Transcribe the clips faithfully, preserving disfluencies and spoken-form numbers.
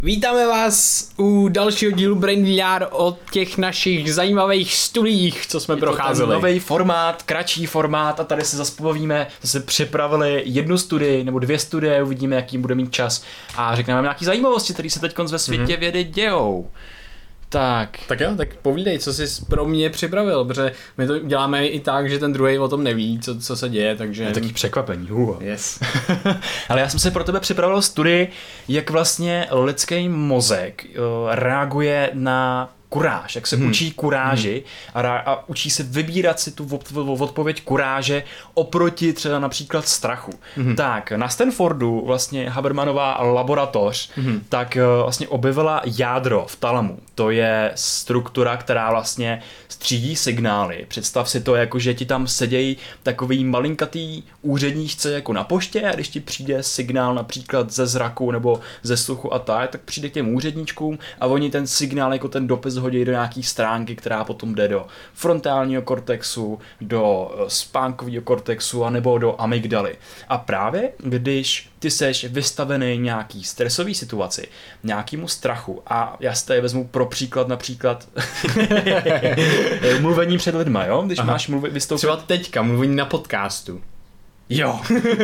Vítáme vás u dalšího dílu Brain V R o těch našich zajímavých studiích, co jsme je procházeli. Je to nový formát, kratší formát a tady se zase pobavíme, zase připravili jednu studii nebo dvě studie, uvidíme, jaký bude mít čas a řekneme vám nějaký zajímavosti, které se teď ve světě mm-hmm. vědy dějou. Tak. Tak jo, tak povídej, co jsi pro mě připravil, protože my to děláme i tak, že ten druhý o tom neví, co, co se děje, takže... Je taky překvapení. Uh. Yes. Ale já jsem si pro tebe připravil studii, jak vlastně lidský mozek uh, reaguje na kuráž, jak se hmm. učí kuráži hmm. a, rá, a učí se vybírat si tu odpověď kuráže oproti třeba například strachu. Hmm. Tak, na Stanfordu vlastně Habermanová laboratoř hmm. tak vlastně objevila jádro v talamu. To je struktura, která vlastně střídí signály. Představ si to jako, že ti tam sedějí takový malinkatý úředníčce jako na poště a když ti přijde signál například ze zraku nebo ze sluchu a tak, tak přijde k těm úředníčkům a oni ten signál jako ten dopis hodí do nějaký stránky, která potom jde do frontálního kortexu, do spánkového kortexu a nebo do amygdaly. A právě když ty seš vystavený nějaký stresový situaci, nějakému strachu a já si tady vezmu pro příklad například mluvení před lidma, jo? Když Aha. máš mluvit, vystoupit... Třeba teďka, mluvení na podcastu. Jo,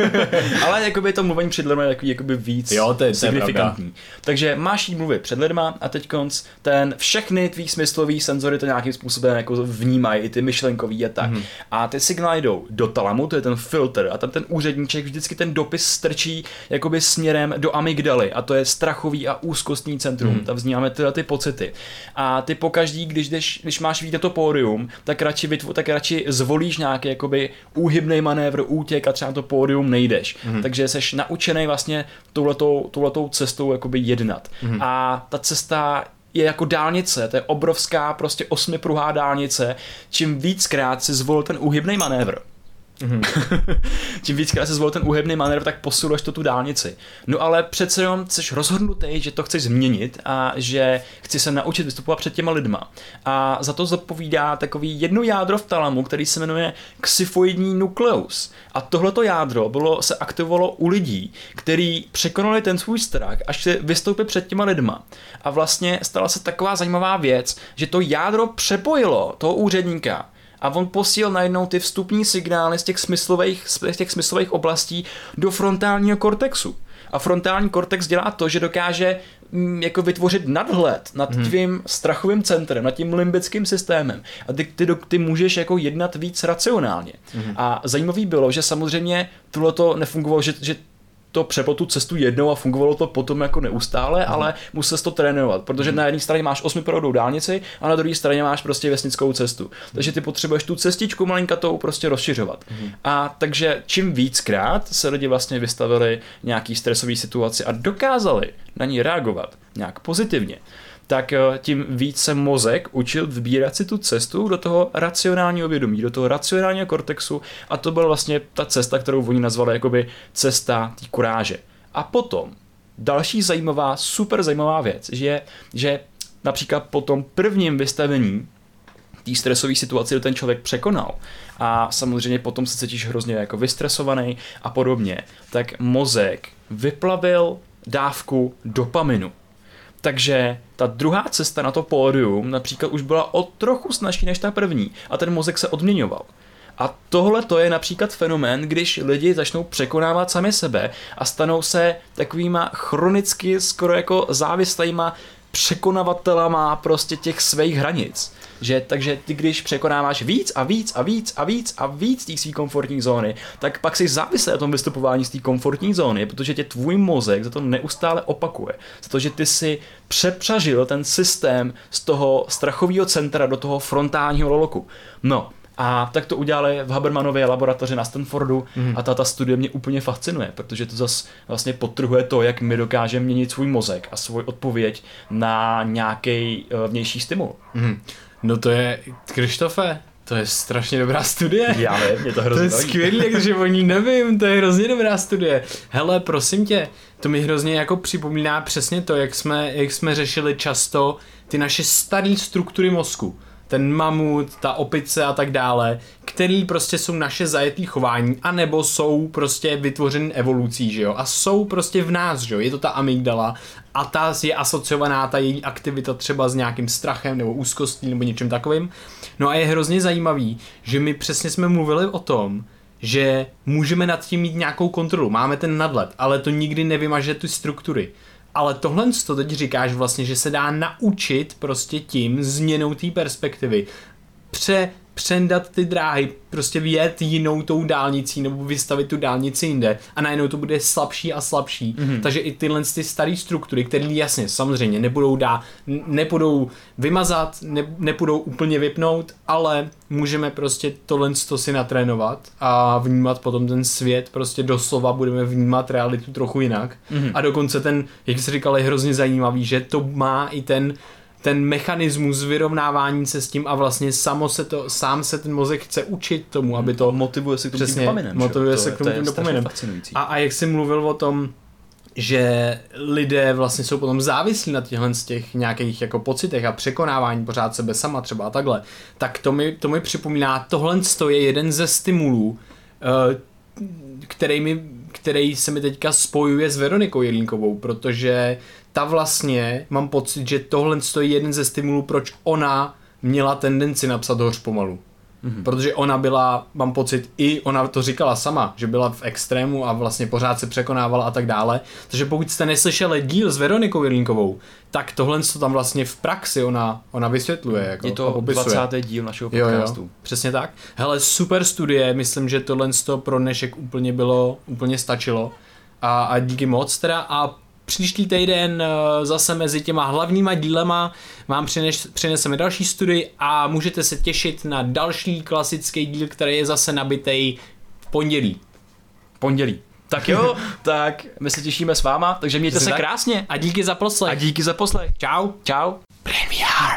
ale jakoby to mluvení před lidma je takový jakoby víc jo, to je, signifikantní. To je Takže máš jít mluvit před lidma a teď konc ten všechny tvý smyslový senzory to nějakým způsobem jako vnímají, i ty myšlenkový a tak. Mm-hmm. A ty signály jdou do talamu, to je ten filtr a tam ten úředníček vždycky ten dopis strčí jakoby směrem do amygdaly a to je strachový a úzkostní centrum. Mm-hmm. Tam vznímáme tyhle ty pocity. A ty pokaždý, když, jdeš, když máš vidět to pódium, tak radši, vytvo, tak radši zvolíš nějaký jakoby úhybný manévr, útěk a třeba na to pódium nejdeš. Mm-hmm. Takže jsi naučený vlastně touhletou, touhletou cestou jakoby jednat. Mm-hmm. A ta cesta je jako dálnice, to je obrovská prostě osmipruhá dálnice. Čím víckrát si zvolil ten úhybný manévr, Mm-hmm. Čím víckrát se zvolil ten úhybný manévr, tak posiluješ to tu dálnici. No ale přece jenom jsi rozhodnutý, že to chceš změnit a že chci se naučit vystupovat před těma lidma. A za to zapovídá takový jedno jádro v talamu, který se jmenuje xyfoidní nukleus. A tohleto jádro bylo, se aktivovalo u lidí, kteří překonali ten svůj strach, až se vystoupili před těma lidma. A vlastně stala se taková zajímavá věc, že to jádro přepojilo toho úředníka a on posílal najednou ty vstupní signály z těch smyslových, z těch smyslových oblastí do frontálního kortexu. A frontální kortex dělá to, že dokáže m, jako vytvořit nadhled nad hmm. tvým strachovým centrem, nad tím limbickým systémem. A ty, ty, ty můžeš jako jednat víc racionálně. Hmm. A zajímavý bylo, že samozřejmě tohleto nefungovalo, že, že to přeplo tu cestu jednou a fungovalo to potom jako neustále, hmm. ale musel to trénovat, protože hmm. na jedné straně máš osmiproudou dálnici a na druhé straně máš prostě vesnickou cestu. Hmm. Takže ty potřebuješ tu cestičku malinkatou prostě rozšiřovat. Hmm. A takže čím víckrát se lidi vlastně vystavili nějaký stresový situaci a dokázali na ní reagovat nějak pozitivně, tak tím víc se mozek učil vybírat si tu cestu do toho racionálního vědomí, do toho racionálního kortexu a to byla vlastně ta cesta, kterou oni nazvali jakoby cesta té kuráže. A potom další zajímavá, super zajímavá věc, že, že například po tom prvním vystavení té stresové situaci ten člověk překonal a samozřejmě potom se cítíš hrozně jako vystresovaný a podobně, tak mozek vyplavil dávku dopaminu. Takže ta druhá cesta na to pódium například už byla o trochu snazší než ta první a ten mozek se odměňoval. A tohle to je například fenomén, když lidi začnou překonávat sami sebe a stanou se takovýma chronicky skoro jako závislýma překonavatelama prostě těch svých hranic. Že, takže ty když překonáváš víc a víc a víc a víc a víc té své komfortní zóny, tak pak jsi závislý na tom vystupování z té komfortní zóny, protože tě tvůj mozek za to neustále opakuje. Za to, že ty si přepřažil ten systém z toho strachového centra do toho frontálního loloku. No, a tak to udělali v Habermanově laboratoři na Stanfordu mm. a ta, ta studie mě úplně fascinuje, protože to zase vlastně podtrhuje to, jak my dokážeme měnit svůj mozek a svůj odpověď na nějaký uh, vnější stimul. Mm. No to je, Krištofe, to je strašně dobrá studie. Já vím, mě to hrozně To je skvělý, takže o ní nevím, to je hrozně dobrá studie. Hele, prosím tě, to mi hrozně jako připomíná přesně to, jak jsme, jak jsme řešili často ty naše staré struktury mozku. ten mamut, ta opice a tak dále, který prostě jsou naše zajetý chování, anebo jsou prostě vytvořený evolucí, že jo, a jsou prostě v nás, že jo, je to ta amygdala a ta je asociovaná, ta její aktivita třeba s nějakým strachem nebo úzkostí nebo něčím takovým. No a je hrozně zajímavý, že my přesně jsme mluvili o tom, že můžeme nad tím mít nějakou kontrolu, máme ten nadhled, ale to nikdy nevymaže ty struktury. Ale tohle to teď říkáš vlastně, že se dá naučit prostě tím změnou té perspektivy. Pře, přendat ty dráhy, prostě vyjet jinou tou dálnicí nebo vystavit tu dálnici jinde a najednou to bude slabší a slabší. Mm-hmm. Takže i tyhle ty staré struktury, které jasně samozřejmě nebudou dá, nebudou vymazat, ne, nebudou úplně vypnout, ale můžeme prostě tohle si natrénovat a vnímat potom ten svět, prostě doslova budeme vnímat realitu trochu jinak. Mm-hmm. A dokonce ten, jak jsi říkal, je hrozně zajímavý, že to má i ten ten mechanismus vyrovnávání se s tím a vlastně samo se to, sám se ten mozek chce učit tomu, aby to motivuje se k tomu přesně, tím dopaminem. motivuje to, se k tomu tím dopaminem. A, a jak jsi mluvil o tom, že lidé vlastně jsou potom závislí na těchhle z těch nějakých jako pocitech a překonávání pořád sebe sama třeba a takhle, tak to mi, to mi připomíná, tohle je jeden ze stimulů, který, mi, který se mi teďka spojuje s Veronikou Jelínkovou, protože ta vlastně, mám pocit, že tohle je jeden ze stimulů, proč ona měla tendenci napsat Hoř pomalu. Mm-hmm. Protože ona byla, mám pocit, i ona to říkala sama, že byla v extrému a vlastně pořád se překonávala a tak dále. Takže pokud jste neslyšeli díl s Veronikou Jelínkovou, tak tohle to tam vlastně v praxi ona, ona vysvětluje. Jako, je to dvacátý díl našeho podcastu. Jo, jo, přesně tak. Hele, super studie, myslím, že tohle pro dnešek úplně bylo, úplně stačilo. A, a díky moc teda. A příští týden zase mezi těma hlavníma dílema vám přines, přineseme další studii a můžete se těšit na další klasický díl, který je zase nabitej v pondělí. Pondělí. Tak jo, tak my se těšíme s váma, takže mějte se krásně. A díky za poslech. A díky za poslech. Čau. Čau. Premiér.